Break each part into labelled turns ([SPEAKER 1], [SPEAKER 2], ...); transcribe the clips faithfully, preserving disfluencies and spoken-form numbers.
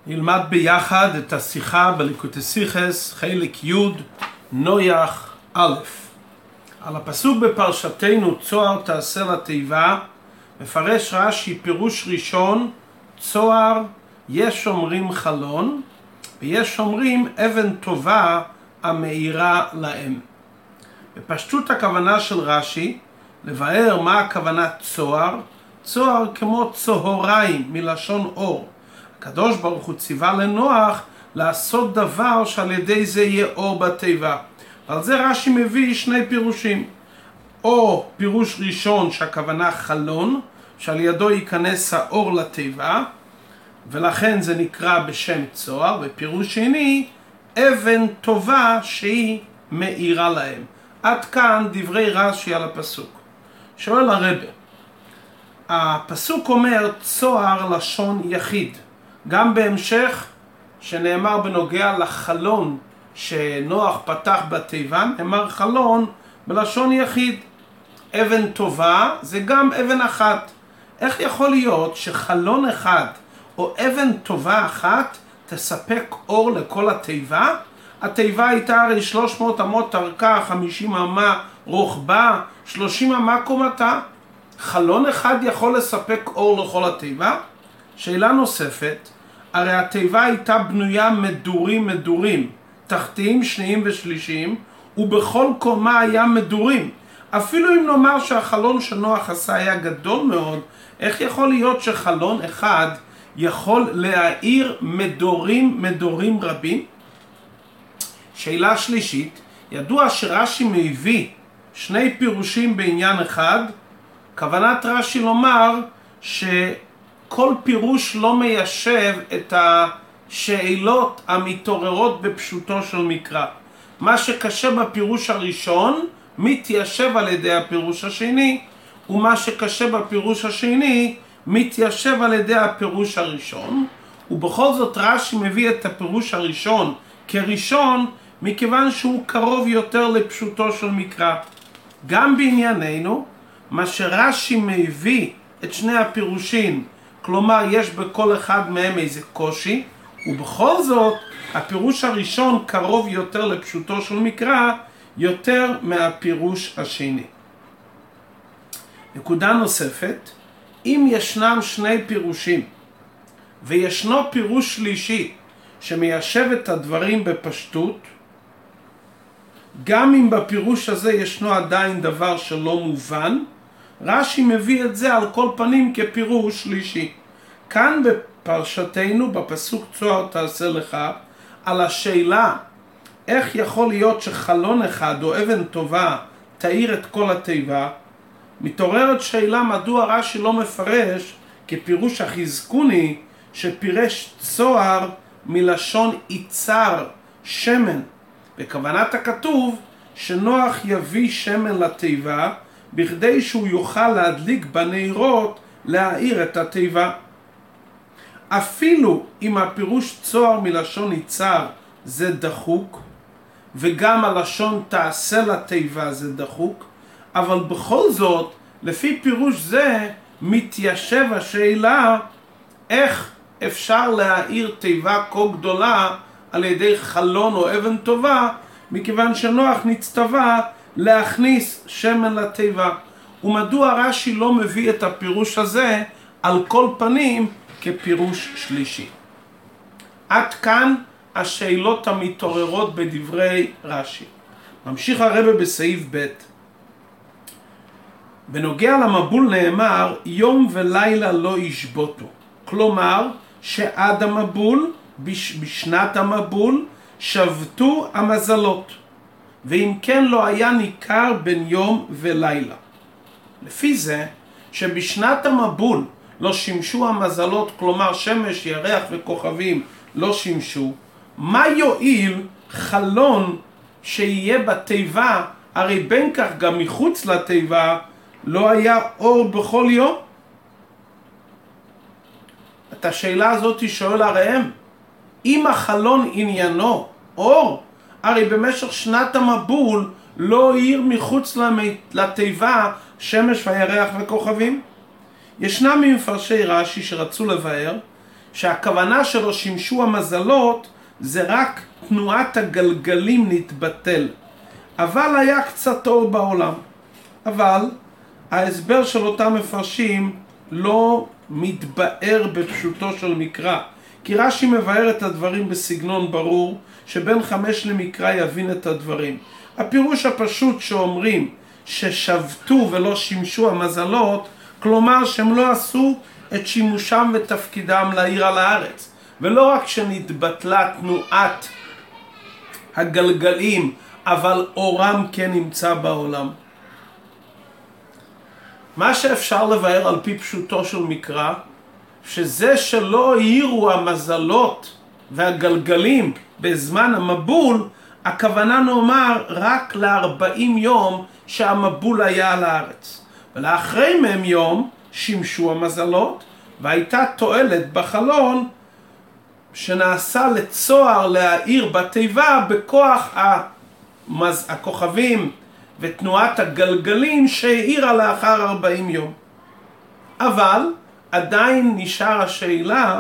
[SPEAKER 1] נלמד ביחד את השיחה בליקוטי שיחס, חלק י' נויח א'. על הפסוק בפרשתנו צוהר תעשה לתיבה, מפרש רש"י פירוש ראשון, צוהר יש אומרים חלון, ויש אומרים אבן טובה המאירה להם. בפשטות הכוונה של רש"י, לבאר מה הכוונה צוהר, צוהר כמו צהריים מלשון אור. הקדוש ברוך הוא ציווה לנוח לעשות דבר שעל ידי זה יהיה אור בתיבה. ועל זה רש"י מביא שני פירושים. או פירוש ראשון שהכוונה חלון, שעל ידו ייכנס האור לתיבה, ולכן זה נקרא בשם צוהר. ופירוש שני, אבן טובה שהיא מאירה להם. עד כאן דברי רש"י על הפסוק. שואל הרבי, הפסוק אומר צוהר לשון יחיד. גם בהמשך שנאמר בנוגע לחלון שנוח פתח בתיבה, נאמר חלון בלשון יחיד. אבן טובה זה גם אבן אחת. איך יכול להיות שחלון אחד או אבן טובה אחת תספק אור לכל התיבה? התיבה הייתה הרי שלוש מאות אמות ארכה, חמישים אמה רוחבה, שלושים אמה קומתה. חלון אחד יכול לספק אור לכל התיבה? שאלה נוספת, הרי התיבה הייתה בנויה מדורים מדורים, תחתיים, שניים ושלישיים, ובכל קומה היה מדורים. אפילו אם נאמר שהחלון שנוח עשה היה גדול מאוד, איך יכול להיות שחלון אחד יכול להאיר מדורים מדורים רבים? שאלה שלישית, ידוע שרש"י מביא שני פירושים בעניין אחד. כוונת רש"י לומר שכל פירוש לא מיישב את השאלות המתעוררות בפשוטו של מקרא. מה שקשה בפירוש הראשון מתיישב על ידי הפירוש השני, ומה שקשה בפירוש השני מתיישב על ידי הפירוש הראשון. ובכל זאת רש"י מביא את הפירוש הראשון כראשון, מכיוון שהוא קרוב יותר לפשוטו של מקרא. גם בענייננו, מה שרש"י מביא את שני הפירושים, כלומר יש בכל אחד מהם איזה קושי, ובכל זאת הפירוש הראשון קרוב יותר לפשוטו של מקרא, יותר מהפירוש השני. נקודה נוספת, אם ישנם שני פירושים, וישנו פירוש שלישי שמיישב את הדברים בפשטות, גם אם בפירוש הזה ישנו עדיין דבר שלא מובן, רש"י מביא את זה על כל פנים כפירוש שלישי. כאן בפרשתנו, בפסוק צוהר תעשה לך, על השאלה איך יכול להיות שחלון אחד או אבן טובה תאיר את כל התיבה, מתעוררת שאלה מדוע רש"י לא מפרש כפירוש החזקוני שפירש צוהר מלשון יצר, שמן. בכוונת הכתוב שנוח יביא שמן לתיבה בכדי שהוא יוכל להדליק בנרות להאיר את התיבה. אפילו אם הפירוש צוהר מלשון יצר זה דחוק, וגם הלשון תעשה לתיבה זה דחוק, אבל בכל זאת לפי פירוש זה מתיישב השאלה איך אפשר להאיר תיבה כה גדולה על ידי חלון או אבן טובה, מכיוון שנוח נצטווה להכניס שמן לתיבה. ומדוע רש"י לא מביא את הפירוש הזה על כל פנים כפירוש שלישי? עד כאן השאלות המתעוררות בדברי רש"י. ממשיך הרבי בסעיף ב'. בנוגע למבול נאמר יום ולילה לא ישבותו, כלומר שעד המבול, בש, בשנת המבול שבתו המזלות, ואם כן לא היה ניכר בין יום ולילה. לפי זה שבשנת המבול לא שימשו המזלות, כלומר שמש, ירח וכוכבים לא שימשו, מה יועיל חלון שיהיה בתיבה? הרי בין כך גם מחוץ לתיבה לא היה אור בכל יום. את השאלה הזאת שואל הראם, אם החלון עניינו אור, הרי במשך שנת המבול לא האיר מחוץ לתיבה שמש וירח וכוכבים. ישנם מפרשי רש"י שרצו לבאר שהכוונה שלו שימשו המזלות זה רק תנועת הגלגלים נתבטל, אבל היה קצת אור בעולם. אבל ההסבר של אותם מפרשים לא מתבאר בפשוטו של מקרא, כי רש"י מבאר את הדברים בסגנון ברור שבין חמש למקרא יבין את הדברים. הפירוש הפשוט שאומרים ששבתו ולא שימשו המזלות, כלומר שהם לא עשו את שימושם ותפקידם להאיר על הארץ, ולא רק שנתבטלה תנועת הגלגלים, אבל אורם כן נמצא בעולם. מה שאפשר לבאר על פי פשוטו של מקרא, שזה שלא העירו המזלות והגלגלים בזמן המבול, הכוונה נאמר רק ל-ארבעים יום שהמבול היה על הארץ. ולאחרי מהם יום שימשו המזלות, והייתה תועלת בחלון שנעשה לצוהר להאיר בתיבה בכוח המז... הכוכבים ותנועת הגלגלים שהאירה לאחר ארבעים יום. אבל עדיין נשאר השאלה,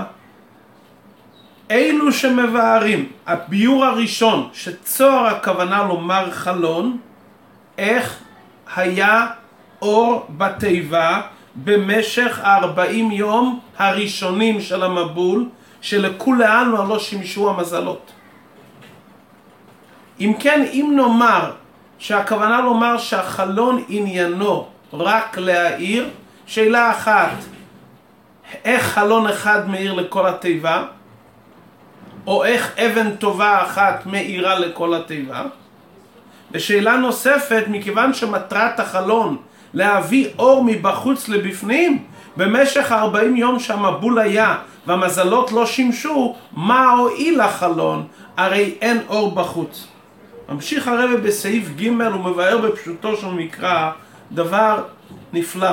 [SPEAKER 1] אילו שמבארים, הביור הראשון שצוהר הכוונה לומר חלון, איך היה אור בתיבה במשך ארבעים יום הראשונים של המבול, שלכולנו לא שימשו המזלות. אם כן, אם נאמר שהכוונה לומר שהחלון עניינו רק להאיר, שאלה אחת, איך חלון אחד מאיר לכל התיבה, או איך אבן טובה אחת מאירה לכל התיבה. ושאלה נוספת, מכיוון שמטרת החלון להביא אור מבחוץ לבפנים, במשך ארבעים יום שהמבול היה והמזלות לא שימשו, מה הועיל החלון? הרי אין אור בחוץ. ממשיך הרב בסעיף ג' ומבאר בפשוטו של מקרא דבר נפלא,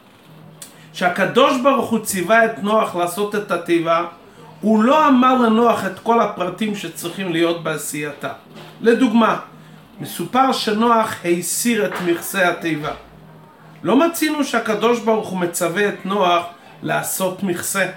[SPEAKER 1] שהקדוש ברוך הוא ציווה את נוח לעשות את התיבה, הוא לא אמר לנוח את כל הפרטים שצריכים להיות בעשייתה. לדוגמה, מסופר שנוח הסיר את מכסה התיבה. לא מצינו שהקדוש ברוך הוא מצווה את נוח לעשות מכסה.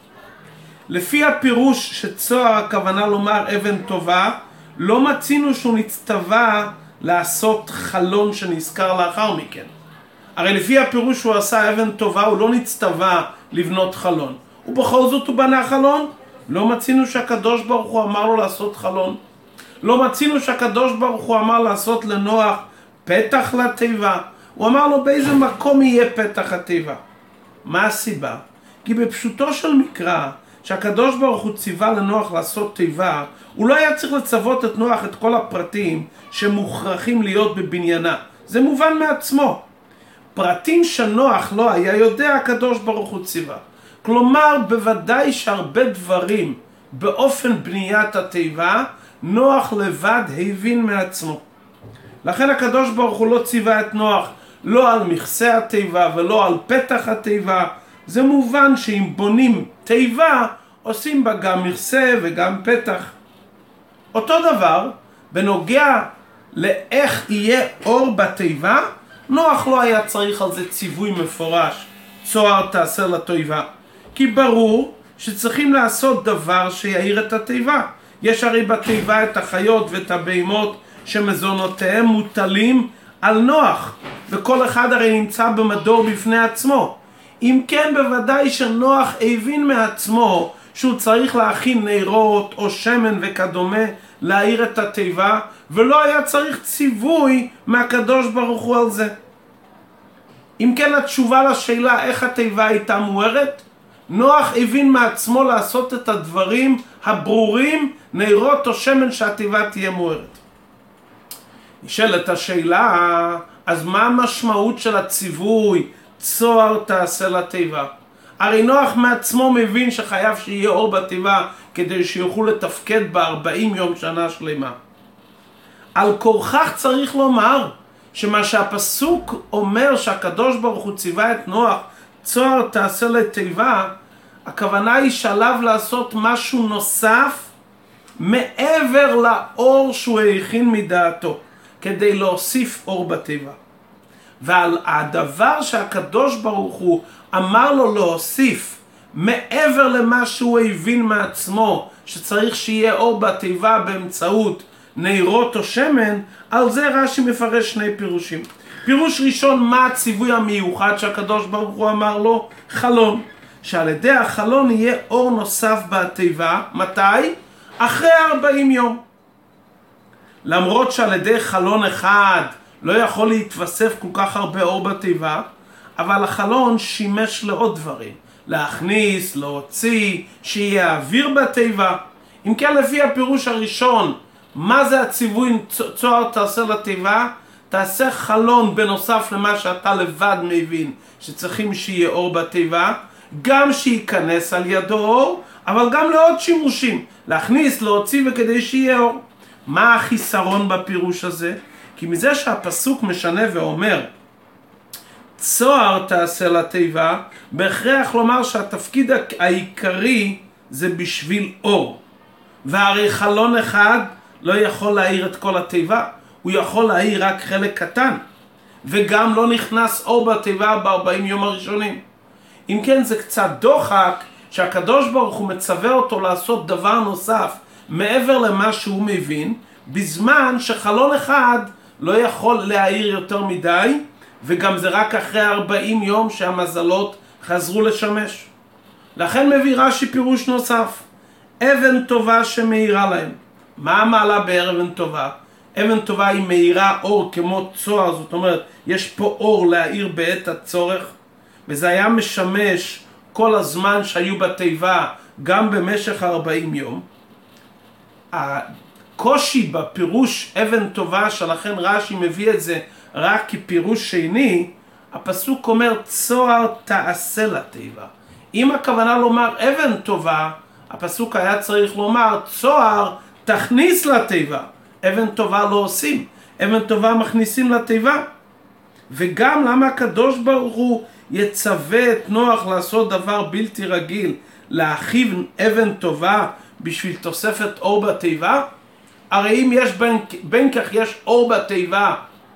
[SPEAKER 1] לפי הפירוש שצוהר הכוונה לומר אבן טובה, לא מצינו שהוא נצטווה לעשות חלון שנזכר לאחר מכן. הרי לפי הפירוש שהוא עשה אבן טובה, הוא לא נצטווה לבנות חלון. ובכל זאת הוא בנה חלון. לא מצינו שהקדוש ברוך הוא אמר לו לעשות חלון. לא מצינו שהקדוש ברוך הוא אמר לעשות לנוח פתח לתיבה. הוא אמר לו באיזה מקום יהיה פתח התיבה. מה הסיבה? כי בפשוטו של מקרא, שהקדוש ברוך הוא ציווה לנוח לעשות תיבה, הוא לא היה צריך לצוות את נוח את כל הפרטים שמוכרחים להיות בבניינה. זה מובן מעצמו. פרטים שנוח לא היה יודע, הקדוש ברוך הוא ציווה. כלומר, בוודאי שהרבה דברים באופן בניית התיבה, נוח לבד הבין מעצמו. לכן הקדוש ברוך הוא לא ציווה את נוח לא על מכסה התיבה ולא על פתח התיבה. זה מובן שאם בונים תיבה, עושים בה גם מכסה וגם פתח. אותו דבר, בנוגע לאיך יהיה אור בתיבה, נוח לא היה צריך על זה ציווי מפורש, צוהר תעשה לתיבה. כי ברור שצריכים לעשות דבר שיעיר את התיבה. יש הרי בתיבה את החיות ואת הבהמות שמזונותיהם מוטלים על נוח, וכל אחד הרי נמצא במדור בפני עצמו. אם כן, בוודאי שנוח הבין מעצמו שהוא צריך להכין נרות או שמן וכדומה להאיר את התיבה, ולא היה צריך ציווי מהקדוש ברוך הוא על זה. אם כן, התשובה לשאלה איך התיבה הייתה מוארת, נוח הבין מעצמו לעשות את הדברים הברורים, נרות או שמן שהתיבה תהיה מוארת. נשאלת השאלה, אז מה המשמעות של הציווי צוהר תעשה לתיבה? הרי נוח מעצמו מבין שחייב שיהיה אור בתיבה כדי שיוכלו לתפקד ב-ארבעים יום שנה שלמה. על כורכך צריך לומר שמה שהפסוק אומר שהקדוש ברוך הוא ציווה את נוח צוהר תעשה לתיבה, הכוונה היא שעליו לעשות משהו נוסף מעבר לאור שהוא הכין מדעתו, כדי להוסיף אור בתיבה. ועל הדבר שהקדוש ברוך הוא אמר לו להוסיף מעבר למה שהוא הבין מעצמו, שצריך שיהיה אור בתיבה באמצעות נרות או שמן, על זה רש"י מפרש שני פירושים. פירוש ראשון, מה הציווי המיוחד שהקדוש ברוך הוא אמר לו? חלון. שעל ידי החלון יהיה אור נוסף בתיבה. מתי? אחרי ארבעים יום. למרות שעל ידי חלון אחד לא יכול להתווסף כל כך הרבה אור בתיבה, אבל החלון שימש לעוד דברים. להכניס, להוציא, שיהיה אוויר בתיבה. אם כן, לפי הפירוש הראשון, מה זה הציווי צוהר תעשה לתיבה? תעשה חלון בנוסף למה שאתה לבד מבין שצריכים שיהיה אור בתיבה, גם שייכנס על ידו אור, אבל גם לעוד שימושים, להכניס, להוציא וכדי שיהיה אור. מה החיסרון בפירוש הזה? כי מזה שהפסוק משנה ואומר צוהר תעשה לתיבה, בהכרח לומר שהתפקיד העיקרי זה בשביל אור. והרי חלון אחד לא יכול להאיר את כל התיבה, הוא יכול להאיר רק חלק קטן, וגם לא נכנס אור בתיבה ב-ארבעים יום הראשונים. אם כן, זה קצת דוחק שהקדוש ברוך הוא מצווה אותו לעשות דבר נוסף מעבר למה שהוא מבין, בזמן שחלון אחד לא יכול להאיר יותר מדי, וגם זה רק אחרי ארבעים יום שהמזלות חזרו לשמש. לכן מביא רש"י פירוש נוסף, אבן טובה שמאירה להם. מה המעלה באבן טובה? אבן טובה היא מאירה אור כמו צוהר, זאת אומרת יש פה אור להאיר בעת הצורך, וזה היה משמש כל הזמן שהיו בתיבה, גם במשך ארבעים יום. הקושי בפירוש אבן טובה, שלכן רש"י מביא את זה רק כפירוש שני, הפסוק אומר צוהר תעשה לתיבה. אם הכוונה לומר אבן טובה, הפסוק היה צריך לומר צוהר תכניס לתיבה. אבן טובה לא עושים, אבן טובה מכניסים לתיבה. וגם למה הקדוש ברוך הוא יצווה את נוח לעשות דבר בלתי רגיל, להכיב אבן טובה בשביל תוספת אור בתיבה? הרי אם יש בין, בין כך יש אור בתיבה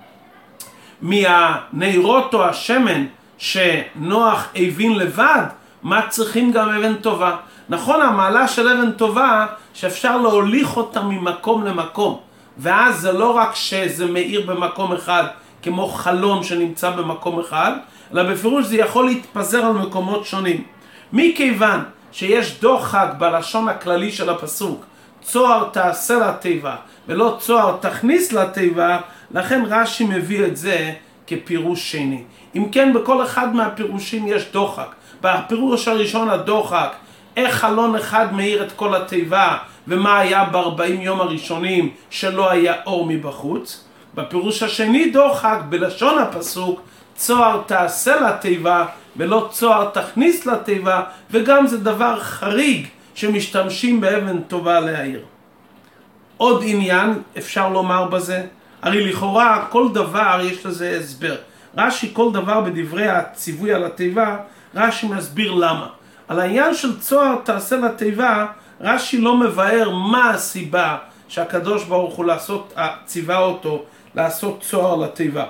[SPEAKER 1] מהנרות או השמן שנוח הבין לבד, מה צריכים גם אבן טובה? נכון, המעלה של אבן טובה שאפשר להוליך אותה ממקום למקום, ואז זה לא רק שזה מאיר במקום אחד כמו חלון שנמצא במקום אחד, אלא בפירוש זה יכול להתפזר על מקומות שונים. מכיוון שיש דוחק בלשון הכללי של הפסוק צוהר תעשה לתיבה ולא צוהר תכניס לתיבה, לכן רש"י מביא את זה כפירוש שני. אם כן, בכל אחד מהפירושים יש דוחק. בפירוש הראשון הדוחק, איך חלון אחד מאיר את כל התיבה, ומה היה ב-ארבעים יום הראשונים שלא היה אור מבחוץ. בפירוש השני דוחק בלשון הפסוק צוהר תעשה לתיבה ולא צוהר תכניס לתיבה, וגם זה דבר חריג שמשתמשים באבן טובה להאיר. עוד עניין אפשר לומר בזה, הרי לכאורה כל דבר יש לזה הסבר. רש"י כל דבר בדברי הציווי על התיבה, רש"י מסביר למה. על העניין של צוהר תעשה לתיבה, רש"י לא מבאר מה הסיבה שהקדוש ברוך הוא לעשות, ציווה אותו לעשות צוהר לתיבה.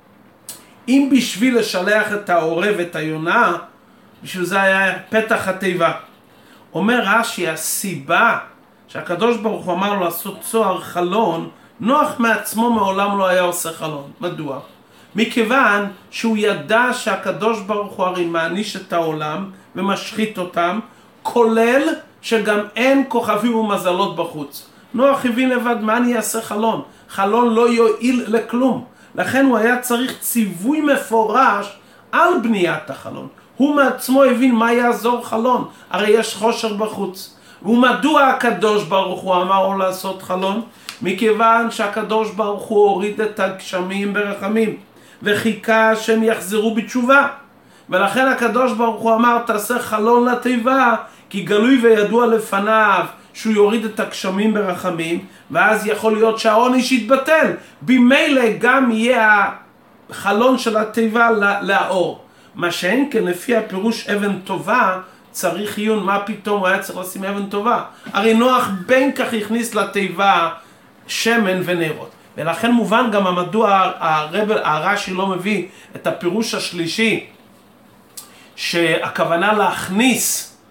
[SPEAKER 1] אם בשביל לשלח את העורב ואת היונה, בשביל זה היה פתח התיבה. אומר רש"י, הסיבה שהקדוש ברוך הוא אמר לו לעשות צוהר חלון, נוח מעצמו מעולם לא היה עושה חלון. מדוע? מכיוון שהוא ידע שהקדוש ברוך הוא הרי מעניש את העולם ומשחית אותם, כולל שגם אין כוכבים ומזלות בחוץ. נוח הבין לבד, מה אני אעשה חלון? חלון לא יועיל לכלום. לכן הוא היה צריך ציווי מפורש על בניית החלון. הוא מעצמו הבין מה יעזור חלון, הרי יש חושר בחוץ. ומדוע הקדוש ברוך הוא אמר לו לעשות חלון? מכיוון שהקדוש ברוך הוא הוריד את הגשמים ברחמים וחיכה שהם יחזרו בתשובה, ולכן הקדוש ברוך הוא אמר תעשה חלון לתיבה, כי גלוי וידוע לפניו שהוא יוריד את הגשמים ברחמים, ואז יכול להיות שהעונש יתבטל, במילא גם יהיה החלון של התיבה לאור. מה שאין כן לפי הפירוש אבן טובה, צריך עיון מה פתאום הוא היה צריך לשים אבן טובה. הרי נוח בין כך הכניס לתיבה שמן ונרות, ולכן מובן גם מדוע הרב הרש"י לא מביא את הפירוש השלישי, שהכוונה להכניס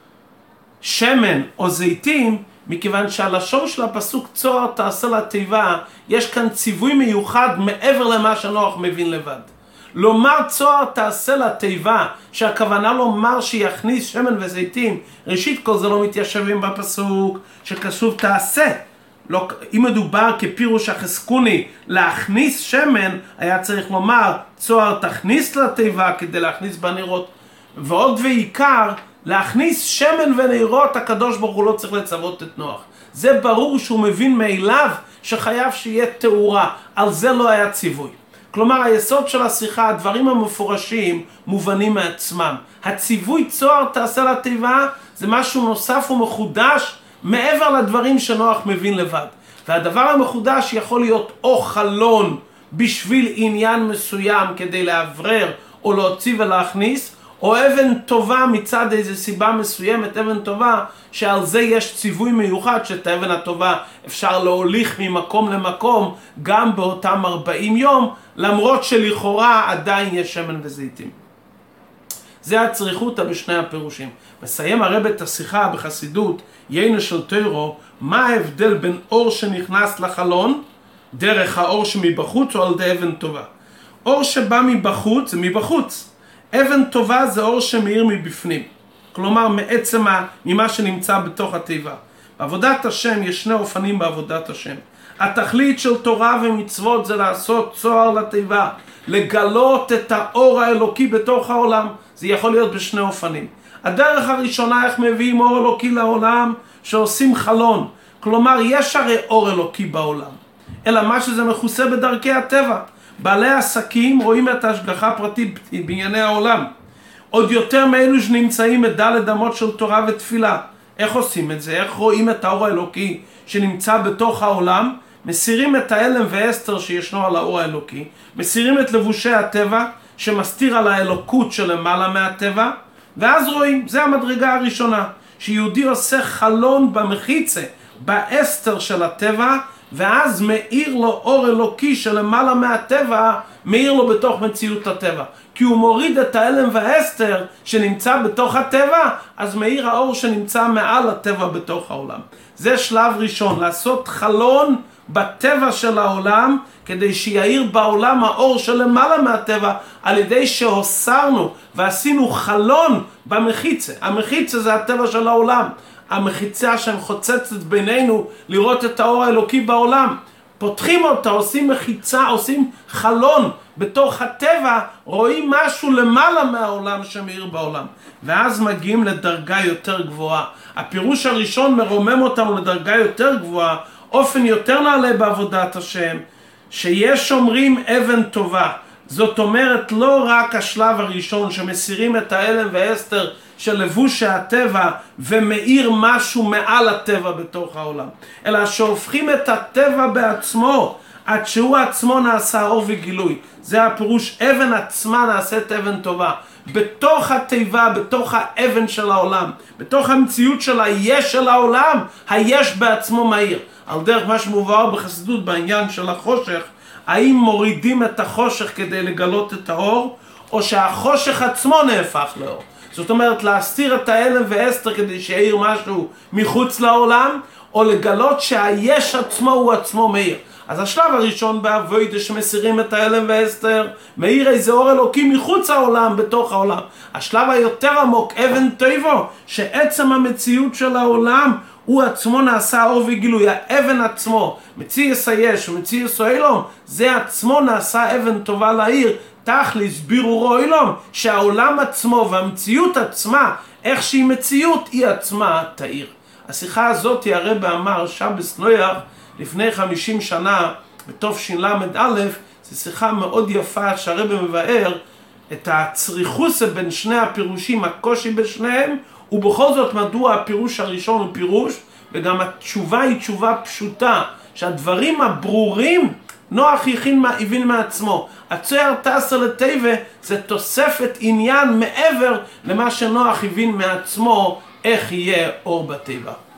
[SPEAKER 1] שמן או זיתים, מכיוון שהלשון של הפסוק צוהר תעשה לתיבה, יש כאן ציווי מיוחד מעבר למה שנוח מבין לבד. לומר צוהר תעשה לתיבה, שהכוונה לומר שיכניס שמן וזיתים, ראשית כל זה לא מתיישב עם בפסוק שכתוב תעשה. לא, אם מדובר כפירוש החזקוני להכניס שמן, היה צריך לומר צוהר תכניס לתיבה כדי להכניס בנרות. ועוד ועיקר, להכניס שמן ונרות, הקדוש ברוך הוא לא צריך לצוות את נוח. זה ברור שהוא מבין מאליו שחייב שיהיה תאורה, על זה לא היה ציווי. כלומר, היסוד של השיחה, הדברים המפורשים מובנים מעצמם. הציווי צוהר תעשה לתיבה זה משהו נוסף ומחודש מעבר לדברים שנוח מבין לבד. והדבר המחודש יכול להיות או חלון בשביל עניין מסוים כדי לאוורר או להוציא ולהכניס, או אבן טובה מצד איזו סיבה מסוימת, אבן טובה שעל זה יש ציווי מיוחד שאת האבן הטובה אפשר להוליך ממקום למקום גם באותם ארבעים יום, למרות שלכאורה עדיין יש שמן וזיתים. זה הצריכותא בשני הפירושים. מסיים הרב את השיחה בחסידות יינו של תוירו, מה ההבדל בין אור שנכנס לחלון דרך האור שמבחוץ או על ידי אבן טובה. אור שבא מבחוץ זה מבחוץ, אבן טובה זה אור שמאיר מבפנים, כלומר מעצם ממה שנמצא בתוך התיבה. בעבודת השם יש שני אופנים בעבודת השם. התכלית של תורה ומצוות זה לעשות צוהר לתיבה, לגלות את האור האלוקי בתוך העולם. זה יכול להיות בשני אופנים. הדרך הראשונה, איך מביאים אור אלוקי לעולם, שעושים חלון. כלומר, יש הרי אור אלוקי בעולם, אלא מה שזה מכוסה בדרכי הטבע. בעלי עסקים רואים את ההשגחה הפרטית בענייני העולם. עוד יותר מאלו שנמצאים בדלת אמות של תורה ותפילה. איך עושים את זה? איך רואים את האור האלוקי שנמצא בתוך העולם? מסירים את האלם והסתר שישנו על האור האלוקי, מסירים את לבושי הטבע שמסתיר על האלוקות שלמעלה מהטבע, ואז רואים, זה המדרגה הראשונה, שיהודי עושה חלון במחיצה, באסתר של הטבע, ואז מאיר לו אור אלוקי שלמעלה מהטבע, מאיר לו בתוך מציאות הטבע. כי הוא מוריד את האלם והאסתר שנמצא בתוך הטבע, אז מאיר האור שנמצא מעל הטבע בתוך העולם. זה שלב ראשון, לעשות חלון בטבע של העולם, כדי שיעיר בעולם האור שלמעלה מהטבע, על ידי שהוסרנו ועשינו חלון במחיצה. המחיצה זה הטבע של העולם. המחיצה שחוצצת בינינו לראות את האור האלוקי בעולם. פותחים אותה, עושים מחיצה, עושים חלון בתוך הטבע, רואים משהו למעלה מהעולם שמאיר בעולם. ואז מגיעים לדרגה יותר גבוהה. הפירוש הראשון מרומם אותנו לדרגה יותר גבוהה, אופן יותר נעלה בעבודת השם, שיש אומרים אבן טובה. זאת אומרת, לא רק השלב הראשון שמסירים את האלם והאסתר של לבוש הטבע ומאיר משהו מעל הטבע בתוך העולם, אלא שהופכים את הטבע בעצמו עד שהוא עצמו נעשה אור וגילוי. זה הפירוש, אבן עצמה נעשית אבן טובה. בתוך התיבה, בתוך האבן של העולם, בתוך המציאות של היש של העולם, היש בעצמו מאיר. על דרך מה שמובהר בחסידות בעניין של החושך, האם מורידים את החושך כדי לגלות את האור, או שהחושך עצמו נהפך לאור. זאת אומרת, להסתיר את האלם והאסתר כדי שיעיר משהו מחוץ לעולם, או לגלות שהיש עצמו הוא עצמו מאיר. אז השלב הראשון בעבודה שמסירים את האלם והאסתר, מאיר איזה אור אלוקי מחוץ העולם, בתוך העולם. השלב היותר עמוק, אבן טובה, שעצם המציאות של העולם הוא עצמו נעשה אור וגילוי. האבן עצמו, מציאס היש ומציאס האילום, זה עצמו נעשה אבן טובה לעיר. תכלס בירורו אילום, שהעולם עצמו והמציאות עצמה, איך שהיא מציאות, היא עצמה תאיר. השיחה הזאת הרב אמר שבס נויח לפני חמישים שנה בתשל"א, זו שיחה מאוד יפה שהרב מבאר את הצריכות בין שני הפירושים, הקושי בשניהם, ובכל זאת מדוע הפירוש הראשון הוא פירוש, וגם התשובה היא תשובה פשוטה, שהדברים הברורים נוח יכין הבין מעצמו. הצוהר תעשה לתיבה זה תוספת עניין מעבר למה שנוח הבין מעצמו איך יהיה אור בתיבה.